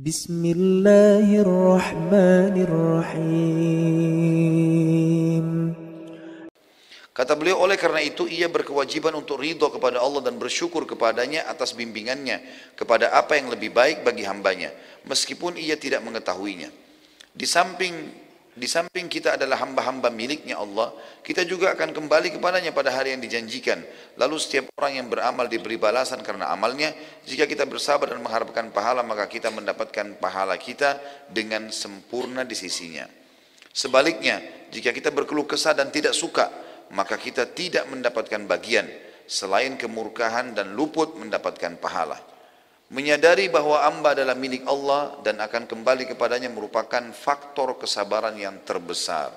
Bismillahirrahmanirrahim. Kata beliau, oleh karena itu ia berkewajiban untuk ridho kepada Allah dan bersyukur kepadanya atas bimbingannya kepada apa yang lebih baik bagi hambanya, meskipun ia tidak mengetahuinya. Di samping kita adalah hamba-hamba miliknya Allah, kita juga akan kembali kepadanya pada hari yang dijanjikan. Lalu setiap orang yang beramal diberi balasan karena amalnya. Jika kita bersabar dan mengharapkan pahala, maka kita mendapatkan pahala kita dengan sempurna di sisinya. Sebaliknya, jika kita berkeluh kesah dan tidak suka, maka kita tidak mendapatkan bagian selain kemurkaan dan luput mendapatkan pahala. Menyadari bahwa hamba adalah milik Allah dan akan kembali kepadanya merupakan faktor kesabaran yang terbesar.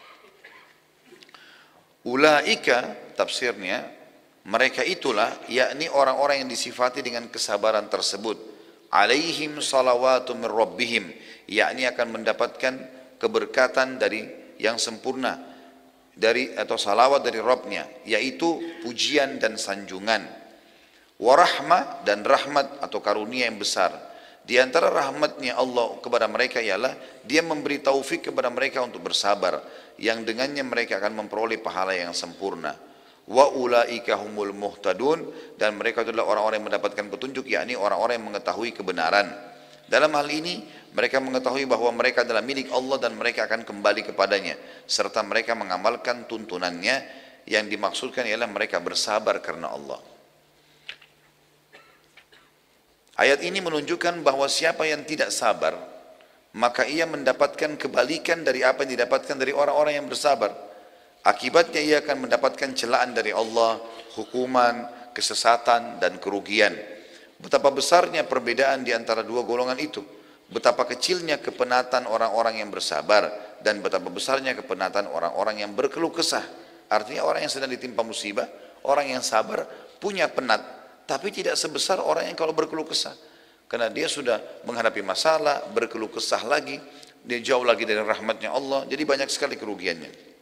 Ulaika, tafsirnya, mereka itulah, yakni orang-orang yang disifati dengan kesabaran tersebut. Alaihim salawatu min rabbihim, yakni akan mendapatkan keberkatan dari yang sempurna, atau salawat dari Rabbnya, yaitu pujian dan sanjungan. Warahmah, dan rahmat atau karunia yang besar. Di antara rahmatnya Allah kepada mereka ialah Dia memberi taufik kepada mereka untuk bersabar, yang dengannya mereka akan memperoleh pahala yang sempurna. Wa ulaika humul muhtadun, dan mereka adalah orang-orang yang mendapatkan petunjuk, yakni orang-orang yang mengetahui kebenaran. Dalam hal ini mereka mengetahui bahwa mereka adalah milik Allah dan mereka akan kembali kepadanya, serta mereka mengamalkan tuntunannya. Yang dimaksudkan ialah mereka bersabar karena Allah. Ayat ini menunjukkan bahwa siapa yang tidak sabar, maka ia mendapatkan kebalikan dari apa yang didapatkan dari orang-orang yang bersabar. Akibatnya ia akan mendapatkan celaan dari Allah, hukuman, kesesatan, dan kerugian. Betapa besarnya perbedaan di antara dua golongan itu. Betapa kecilnya kepenatan orang-orang yang bersabar, dan betapa besarnya kepenatan orang-orang yang berkeluh kesah. Artinya orang yang sedang ditimpa musibah, orang yang sabar punya penat, tapi tidak sebesar orang yang kalau berkeluh kesah. Karena dia sudah menghadapi masalah, berkeluh kesah lagi, dia jauh lagi dari rahmatnya Allah, jadi banyak sekali kerugiannya.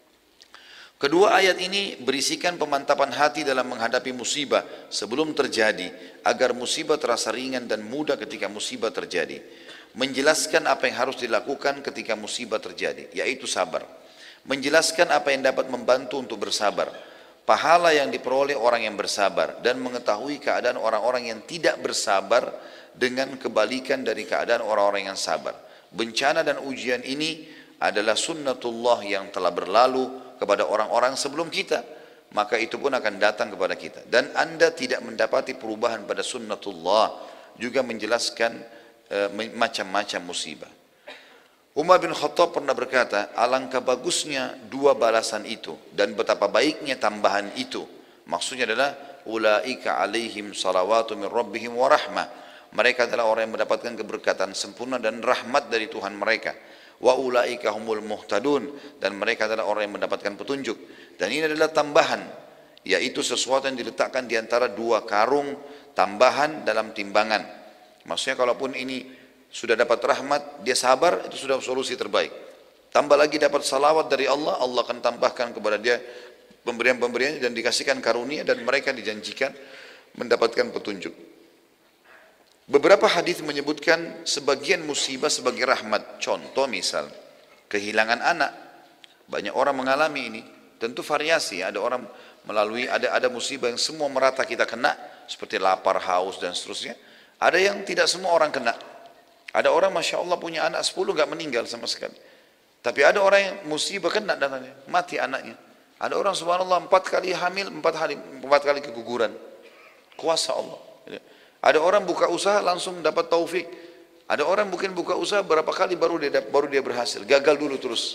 Kedua ayat ini berisikan pemantapan hati dalam menghadapi musibah sebelum terjadi, agar musibah terasa ringan dan mudah ketika musibah terjadi. Menjelaskan apa yang harus dilakukan ketika musibah terjadi, yaitu sabar. Menjelaskan apa yang dapat membantu untuk bersabar, pahala yang diperoleh orang yang bersabar, dan mengetahui keadaan orang-orang yang tidak bersabar dengan kebalikan dari keadaan orang-orang yang sabar. Bencana dan ujian ini adalah sunnatullah yang telah berlalu kepada orang-orang sebelum kita, maka itu pun akan datang kepada kita. Dan Anda tidak mendapati perubahan pada sunnatullah, juga menjelaskan macam-macam musibah. Umar bin Khattab pernah berkata, alangkah bagusnya dua balasan itu dan betapa baiknya tambahan itu. Maksudnya adalah ulaika alaihim salawatu min rabbihim wa rahmah. Mereka adalah orang yang mendapatkan keberkatan sempurna dan rahmat dari Tuhan mereka. Wa ulaika humul muhtadun, dan mereka adalah orang yang mendapatkan petunjuk. Dan ini adalah tambahan, yaitu sesuatu yang diletakkan di antara dua karung tambahan dalam timbangan. Maksudnya kalaupun ini sudah dapat rahmat, dia sabar, itu sudah solusi terbaik. Tambah lagi dapat salawat dari Allah, Allah akan tambahkan kepada dia pemberian-pemberian dan dikasihkan karunia, dan mereka dijanjikan mendapatkan petunjuk. Beberapa hadis menyebutkan sebagian musibah sebagai rahmat. Contoh misal, kehilangan anak. Banyak orang mengalami ini. Tentu variasi, ada orang melalui, ada musibah yang semua merata kita kena, seperti lapar, haus, dan seterusnya. Ada yang tidak semua orang kena. Ada orang Masya Allah punya anak 10 gak meninggal sama sekali. Tapi ada orang yang musibah kena dananya, mati anaknya. Ada orang subhanallah 4 kali hamil, 4 kali keguguran. Kuasa Allah. Ada orang buka usaha langsung dapat taufik. Ada orang mungkin buka usaha berapa kali baru dia berhasil. Gagal dulu terus.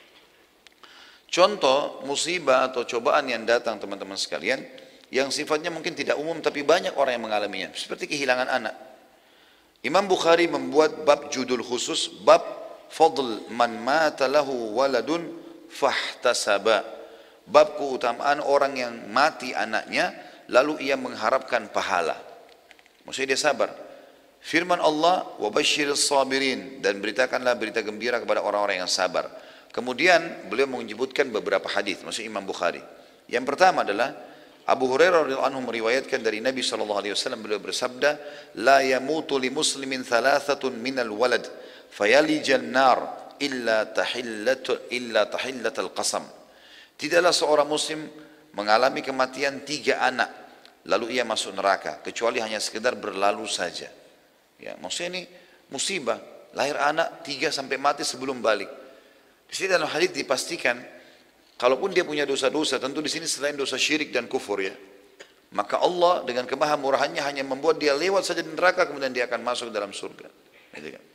Contoh musibah atau cobaan yang datang teman-teman sekalian, yang sifatnya mungkin tidak umum tapi banyak orang yang mengalaminya. Seperti kehilangan anak. Imam Bukhari membuat bab judul khusus, bab fadl man mata lahu waladun fahtasaba. Bab keutamaan orang yang mati anaknya lalu ia mengharapkan pahala. Maksudnya dia sabar. Firman Allah, wa basyiril sabirin, dan beritakanlah berita gembira kepada orang-orang yang sabar. Kemudian beliau menyebutkan beberapa hadis, maksud Imam Bukhari. Yang pertama adalah Abu Hurairah radhiyallahu anhu meriwayatkan dari Nabi SAW, beliau bersabda, la yamutu li muslimin thalathatun minal walad fayalijan nar illa tahillatal qasam. Tidaklah seorang muslim mengalami kematian 3 anak lalu ia masuk neraka kecuali hanya sekedar berlalu saja. Ya, maksudnya ini musibah, lahir anak 3 sampai mati sebelum balik. Di sini dalam hadis dipastikan kalaupun dia punya dosa-dosa, tentu di sini selain dosa syirik dan kufur ya, maka Allah dengan kemahamurahannya hanya membuat dia lewat saja di neraka, kemudian dia akan masuk dalam surga. Gitu kan?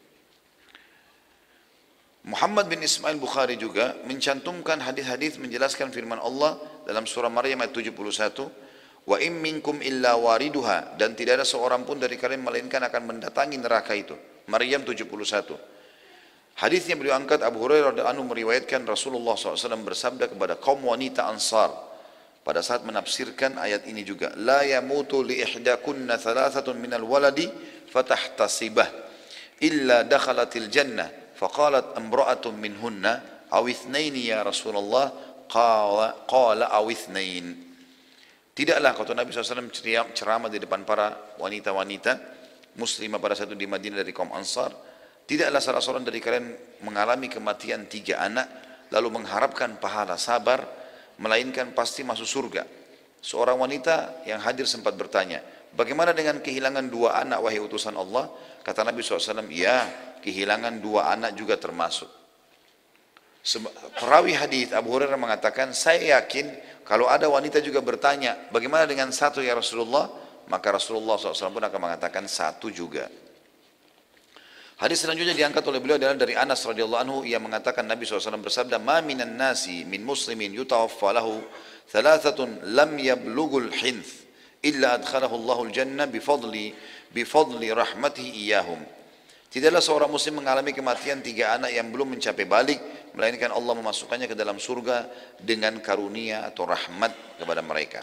Muhammad bin Ismail Bukhari juga mencantumkan hadis-hadis menjelaskan firman Allah dalam surah Maryam ayat 71, wa in minkum illa wariduha, dan tidak ada seorang pun dari kalian melainkan akan mendatangi neraka itu. Maryam 71. Hadisnya beliau angkat, Abu Hurairah radhiyallahu anhu meriwayatkan Rasulullah SAW bersabda kepada kaum wanita Ansar pada saat menafsirkan ayat ini juga, la yamutu li ihdakunna thalathatun minal waladi fatahtasibah illa dakhalatil jannah faqalat imra'atun minhunna aw ithnaini ya Rasulullah qala aw ithnain. Tidaklah, kata Nabi SAW ceramah di depan para wanita-wanita muslimah pada saat itu di Madinah dari kaum Ansar, tidaklah salah seorang dari kalian mengalami kematian 3 anak lalu mengharapkan pahala sabar, melainkan pasti masuk surga. Seorang wanita yang hadir sempat bertanya, bagaimana dengan kehilangan 2 anak wahai utusan Allah? Kata Nabi SAW, ya, kehilangan 2 anak juga termasuk. Perawi hadis Abu Hurairah mengatakan, saya yakin kalau ada wanita juga bertanya, bagaimana dengan 1 ya Rasulullah? Maka Rasulullah SAW pun akan mengatakan 1 juga. Hadis selanjutnya diangkat oleh beliau adalah dari Anas radhiyallahu anhu, ia mengatakan Nabi SAW bersabda, ma minan nasi min muslimin yutawaffa lahu thalathatun lam yablughul hinth illa adkhalahu Allahul jannah bifadli rahmatihi iyahum. Tidaklah seorang muslim mengalami kematian 3 anak yang belum mencapai balik, melainkan Allah memasukkannya ke dalam surga dengan karunia atau rahmat kepada mereka.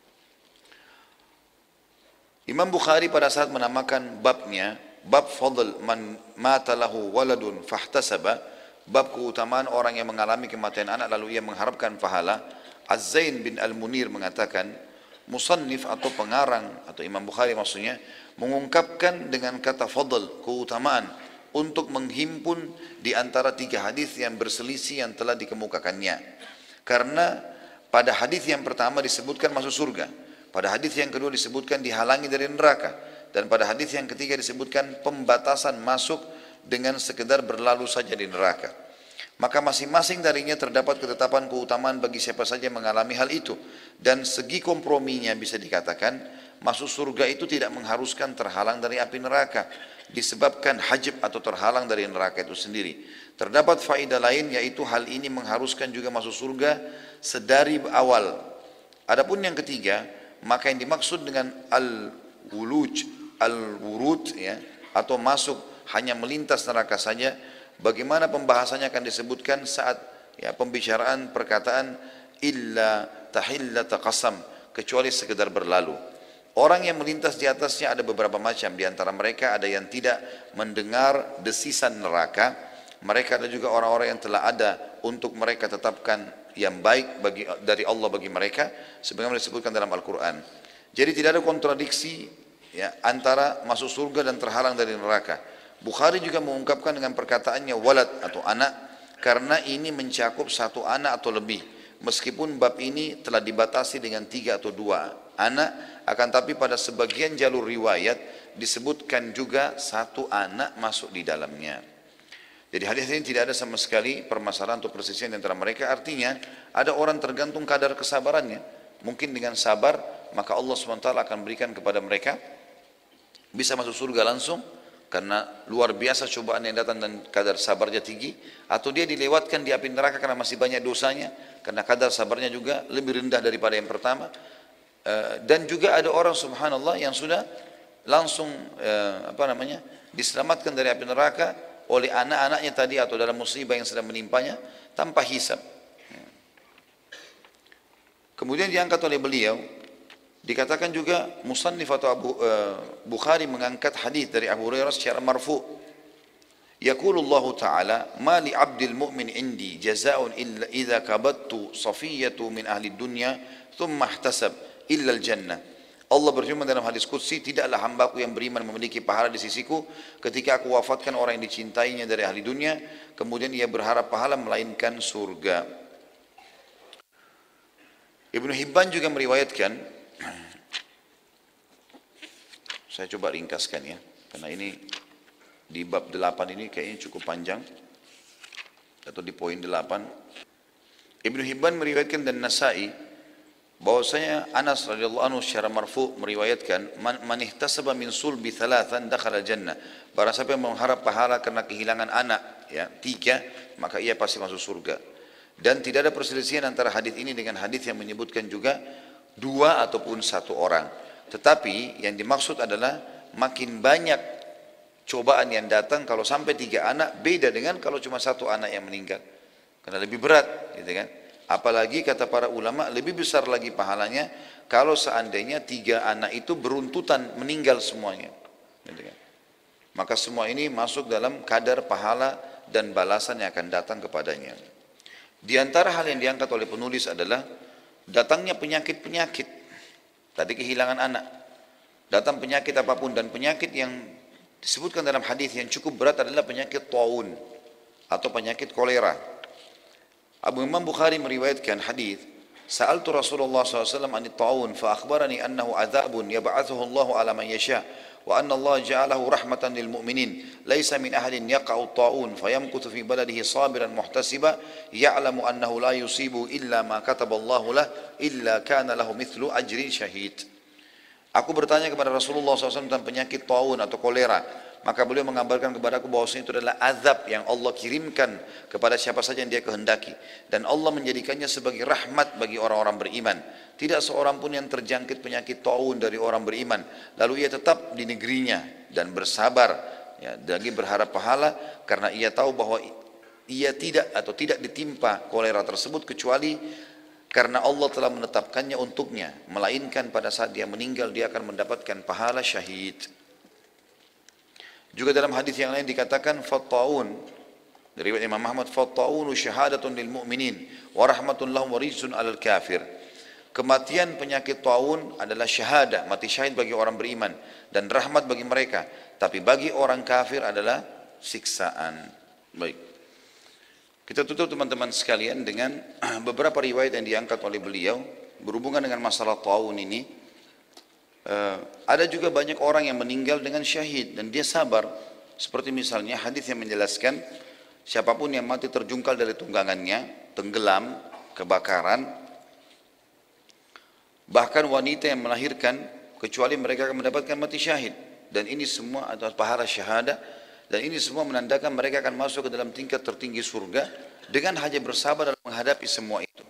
Imam Bukhari pada saat menamakan babnya, bab fadl man mata lahu waladun fahtasaba, bab keutamaan orang yang mengalami kematian anak lalu ia mengharapkan pahala. Az-Zain bin Al-Munir mengatakan, musannif atau pengarang atau Imam Bukhari maksudnya mengungkapkan dengan kata fadl, keutamaan, untuk menghimpun di antara 3 hadis yang berselisih yang telah dikemukakannya. Karena pada hadis yang pertama disebutkan masuk surga, pada hadis yang kedua disebutkan dihalangi dari neraka, dan pada hadis yang ketiga disebutkan pembatasan masuk dengan sekedar berlalu saja di neraka. Maka masing-masing darinya terdapat ketetapan keutamaan bagi siapa saja yang mengalami hal itu. Dan segi komprominya bisa dikatakan, masuk surga itu tidak mengharuskan terhalang dari api neraka, disebabkan hajab atau terhalang dari neraka itu sendiri. Terdapat faedah lain, yaitu hal ini mengharuskan juga masuk surga sedari awal. Adapun yang ketiga, maka yang dimaksud dengan al-wurud ya, atau masuk hanya melintas neraka saja, bagaimana pembahasannya akan disebutkan saat ya, pembicaraan perkataan illa tahillata qasam, kecuali sekedar berlalu. Orang yang melintas di atasnya ada beberapa macam, di antara mereka ada yang tidak mendengar desisan neraka, mereka ada juga orang-orang yang telah ada untuk mereka tetapkan yang baik dari Allah bagi mereka, sebagaimana disebutkan dalam Al-Quran. Jadi tidak ada kontradiksi ya, antara masuk surga dan terhalang dari neraka. Bukhari juga mengungkapkan dengan perkataannya walad atau anak, karena ini mencakup 1 anak atau lebih. Meskipun bab ini telah dibatasi dengan 3 atau 2 anak, akan tapi pada sebagian jalur riwayat disebutkan juga 1 anak masuk di dalamnya. Jadi hadis ini tidak ada sama sekali permasalahan atau persisian antara mereka. Artinya ada orang tergantung kadar kesabarannya. Mungkin dengan sabar maka Allah SWT akan berikan kepada mereka bisa masuk surga langsung karena luar biasa cobaan yang datang dan kadar sabarnya tinggi, atau dia dilewatkan di api neraka karena masih banyak dosanya karena kadar sabarnya juga lebih rendah daripada yang pertama. Dan juga ada orang subhanallah yang sudah langsung diselamatkan dari api neraka oleh anak-anaknya tadi atau dalam musibah yang sedang menimpanya tanpa hisab. Kemudian diangkat oleh beliau, dikatakan juga musannif atau Bukhari mengangkat hadis dari Abu Hurairah secara marfu. Yaqulullahu ta'ala, ma li 'abdil mu'min indi jazaa'un illa idza kabattu safiyatu min ahli dunya thumma ihtasab illa al-jannah. Allah berfirman dalam hadis qudsi, tidaklah hambaku yang beriman memiliki pahala di sisiku ketika aku wafatkan orang yang dicintainya dari ahli dunia, kemudian ia berharap pahala melainkan surga. Ibnu Hibban juga meriwayatkan, saya coba ringkaskan ya, karena ini di bab 8 ini kayaknya cukup panjang, atau di poin 8. Ibnu Hibban meriwayatkan dan Nasai bahwasanya Anas radhiyallahu anhu secara marfu meriwayatkan, man ihtasaba min sulbi thalathan dakhala jannah. Barang siapa yang mengharap pahala karena kehilangan anak ya 3, maka ia pasti masuk surga. Dan tidak ada perselisihan antara hadis ini dengan hadis yang menyebutkan juga 2 ataupun 1 orang. Tetapi yang dimaksud adalah makin banyak cobaan yang datang, kalau sampai 3 anak beda dengan kalau cuma 1 anak yang meninggal. Karena lebih berat, gitu kan? Apalagi kata para ulama lebih besar lagi pahalanya kalau seandainya 3 anak itu beruntutan meninggal semuanya. Gitu kan? Maka semua ini masuk dalam kadar pahala dan balasan yang akan datang kepadanya. Di antara hal yang diangkat oleh penulis adalah datangnya penyakit-penyakit. Tadi kehilangan anak. Datang penyakit apapun, dan penyakit yang disebutkan dalam hadis yang cukup berat adalah penyakit taun atau penyakit kolera. Abu Imam Bukhari meriwayatkan hadis, sa'altu Rasulullah SAW anit taun fa akhbarani annahu adzabun yab'athuhu Allah ala man yasha wa anna Allah ja'alahu rahmatan lil mu'minin laisa min ahadin yaqa'u taun fayamkuthu fi baladihi sabiran muhtasiba ya'lamu annahu la yusibu illa ma kataba Allah lah illa kana lahu mithlu ajri syahid. Aku bertanya kepada Rasulullah SAW tentang penyakit taun atau kolera. Maka beliau mengabarkan kepada aku bahwasanya itu adalah azab yang Allah kirimkan kepada siapa saja yang dia kehendaki. Dan Allah menjadikannya sebagai rahmat bagi orang-orang beriman. Tidak seorang pun yang terjangkit penyakit taun dari orang beriman. Lalu ia tetap di negerinya dan bersabar. Ya, lagi berharap pahala karena ia tahu bahwa ia tidak ditimpa kolera tersebut kecuali karena Allah telah menetapkannya untuknya. Melainkan pada saat dia meninggal dia akan mendapatkan pahala syahid. Juga dalam hadis yang lain dikatakan fattaun dari Imam Ahmad, fattaunu syahadatun lil mu'minin wa rahmatun lahum wa rijsun 'alal kafir. Kematian penyakit taun adalah syahadah, mati syahid bagi orang beriman dan rahmat bagi mereka, tapi bagi orang kafir adalah siksaan. Baik. Kita tutup teman-teman sekalian dengan beberapa riwayat yang diangkat oleh beliau berhubungan dengan masalah taun ini. Ada juga banyak orang yang meninggal dengan syahid dan dia sabar. Seperti misalnya hadis yang menjelaskan siapapun yang mati terjungkal dari tunggangannya, tenggelam, kebakaran, bahkan wanita yang melahirkan, kecuali mereka akan mendapatkan mati syahid. Dan ini semua adalah pahala syahadah, dan ini semua menandakan mereka akan masuk ke dalam tingkat tertinggi surga dengan hanya bersabar dalam menghadapi semua itu.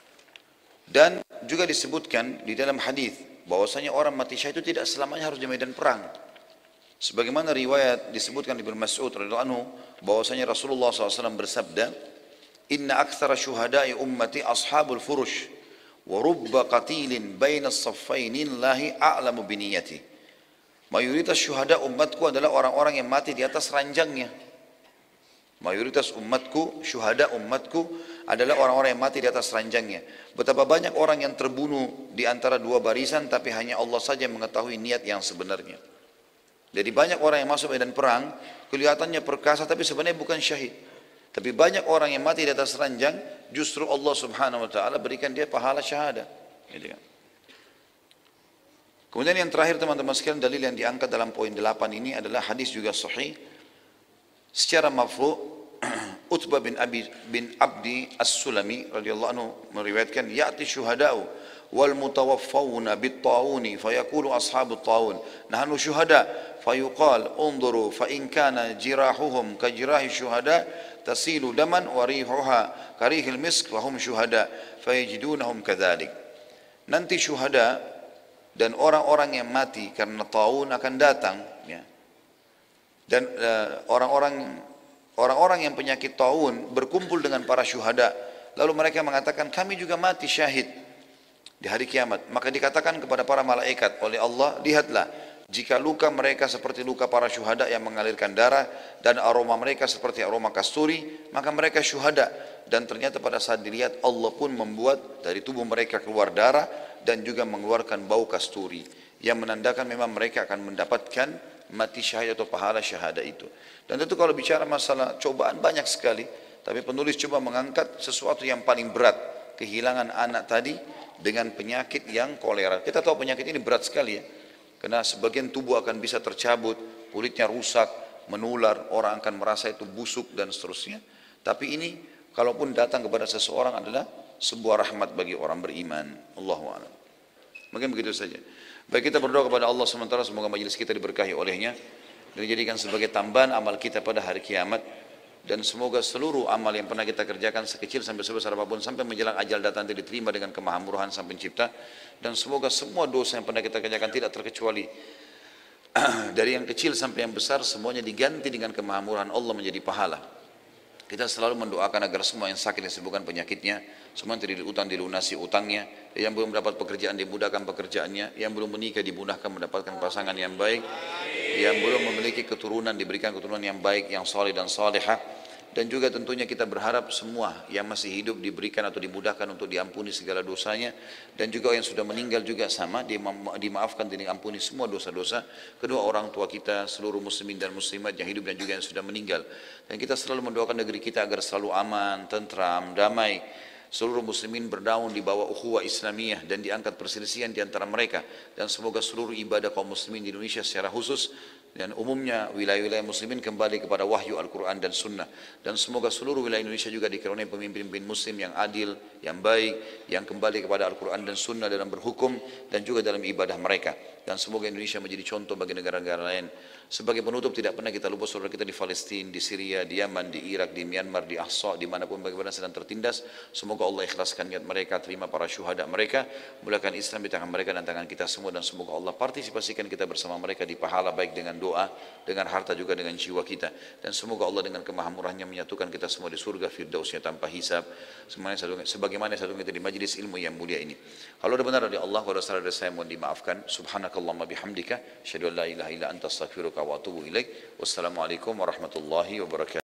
Dan juga disebutkan di dalam hadis bahwasanya orang mati syahid itu tidak selamanya harus di medan perang. Sebagaimana riwayat disebutkan Ibnu Mas'ud radhiyallahu anhu bahwasanya Rasulullah SAW bersabda, "Inna aktsara syuhada'i ummati ashabul furush wa rubba qatilin baina as-saffaini lahi a'lamu biniyati." Mayoritas syuhada umatku adalah orang-orang yang mati di atas ranjangnya. Mayoritas umatku, syuhada umatku adalah orang-orang yang mati di atas ranjangnya. Betapa banyak orang yang terbunuh di antara 2 barisan, tapi hanya Allah saja yang mengetahui niat yang sebenarnya. Jadi banyak orang yang masuk medan perang, kelihatannya perkasa tapi sebenarnya bukan syahid. Tapi banyak orang yang mati di atas ranjang, justru Allah Subhanahu wa taala berikan dia pahala syahada. Gitu kan. Kemudian yang terakhir teman-teman sekalian, dalil yang diangkat dalam poin 8 ini adalah hadis juga sahih secara marfu'. Utbah bin Abdi As-Sulami radhiyallahu anhu meriwayatkan, ya'ti syuhada'u wal mutawaffawna bit-ta'uni fayaqulu ashabut ta'un nahnu syuhada fayuqal unzuru fa in kana jirahuhum ka jirahi syuhada tasilu daman wa rihuha karihil misk wa hum syuhada fayajidunahum kadzalik. Nanti syuhada dan orang-orang yang mati karena taun akan datang ya. Dan orang-orang yang penyakit taun berkumpul dengan para syuhada. Lalu mereka mengatakan, kami juga mati syahid di hari kiamat. Maka dikatakan kepada para malaikat oleh Allah, lihatlah, jika luka mereka seperti luka para syuhada yang mengalirkan darah, dan aroma mereka seperti aroma kasturi, maka mereka syuhada. Dan ternyata pada saat dilihat, Allah pun membuat dari tubuh mereka keluar darah, dan juga mengeluarkan bau kasturi yang menandakan memang mereka akan mendapatkan mati syahid atau pahala syahada itu. Dan tentu kalau bicara masalah cobaan banyak sekali, tapi penulis coba mengangkat sesuatu yang paling berat, kehilangan anak tadi dengan penyakit yang kolera. Kita tahu penyakit ini berat sekali ya, karena sebagian tubuh akan bisa tercabut, kulitnya rusak, menular, orang akan merasa itu busuk dan seterusnya. Tapi ini kalaupun datang kepada seseorang adalah sebuah rahmat bagi orang beriman. Allahu a'lam. Mungkin begitu saja. Baik, kita berdoa kepada Allah sementara semoga majelis kita diberkahi olehnya dan dijadikan sebagai tambahan amal kita pada hari kiamat, dan semoga seluruh amal yang pernah kita kerjakan sekecil sampai sebesar apapun sampai menjelang ajal datang diterima dengan kemahamurahan Sang Pencipta, dan semoga semua dosa yang pernah kita kerjakan tidak terkecuali dari yang kecil sampai yang besar semuanya diganti dengan kemahamurahan Allah menjadi pahala. Kita selalu mendoakan agar semua yang sakit disembuhkan penyakitnya, semua yang terlilit utang dilunasi utangnya, yang belum mendapat pekerjaan dimudahkan pekerjaannya, yang belum menikah dimudahkan mendapatkan pasangan yang baik, yang belum memiliki keturunan diberikan keturunan yang baik, yang saleh dan salihah. Dan juga tentunya kita berharap semua yang masih hidup diberikan atau dimudahkan untuk diampuni segala dosanya, dan juga yang sudah meninggal juga sama dimaafkan dan diampuni semua dosa-dosa kedua orang tua kita, seluruh muslimin dan muslimat yang hidup dan juga yang sudah meninggal. Dan kita selalu mendoakan negeri kita agar selalu aman, tentram, damai, seluruh muslimin berdaun di bawah ukhuwah Islamiyah dan diangkat perselisihan di antara mereka, dan semoga seluruh ibadah kaum muslimin di Indonesia secara khusus dan umumnya wilayah-wilayah muslimin kembali kepada wahyu Al-Quran dan Sunnah, dan semoga seluruh wilayah Indonesia juga dikaruniai pemimpin-pemimpin muslim yang adil, yang baik, yang kembali kepada Al-Quran dan Sunnah dalam berhukum dan juga dalam ibadah mereka, dan semoga Indonesia menjadi contoh bagi negara-negara lain. Sebagai penutup, tidak pernah kita lupa saudara kita di Palestina, di Syria, di Yaman, di Irak, di Myanmar, di Ahsa, dimanapun bagaimana sedang tertindas. Semoga Allah ikhlaskan niat mereka, terima para syuhada mereka, mulakan Islam di tangan mereka dan tangan kita semua, dan semoga Allah partisipasikan kita bersama mereka di pahala baik dengan doa, dengan harta juga dengan jiwa kita, dan semoga Allah dengan kemahamurahnya menyatukan kita semua di surga firdausnya tanpa hisab, sebagaimana satu kita di majlis ilmu yang mulia ini. Kalau ada benar dari Allah, kalau salah dari saya mohon dimaafkan. Subhanakallahumma bihamdika, asyhadu an la ilaha illa anta astaghfiruka wa atubu ilaik. Wassalamualaikum warahmatullahi wabarakatuh.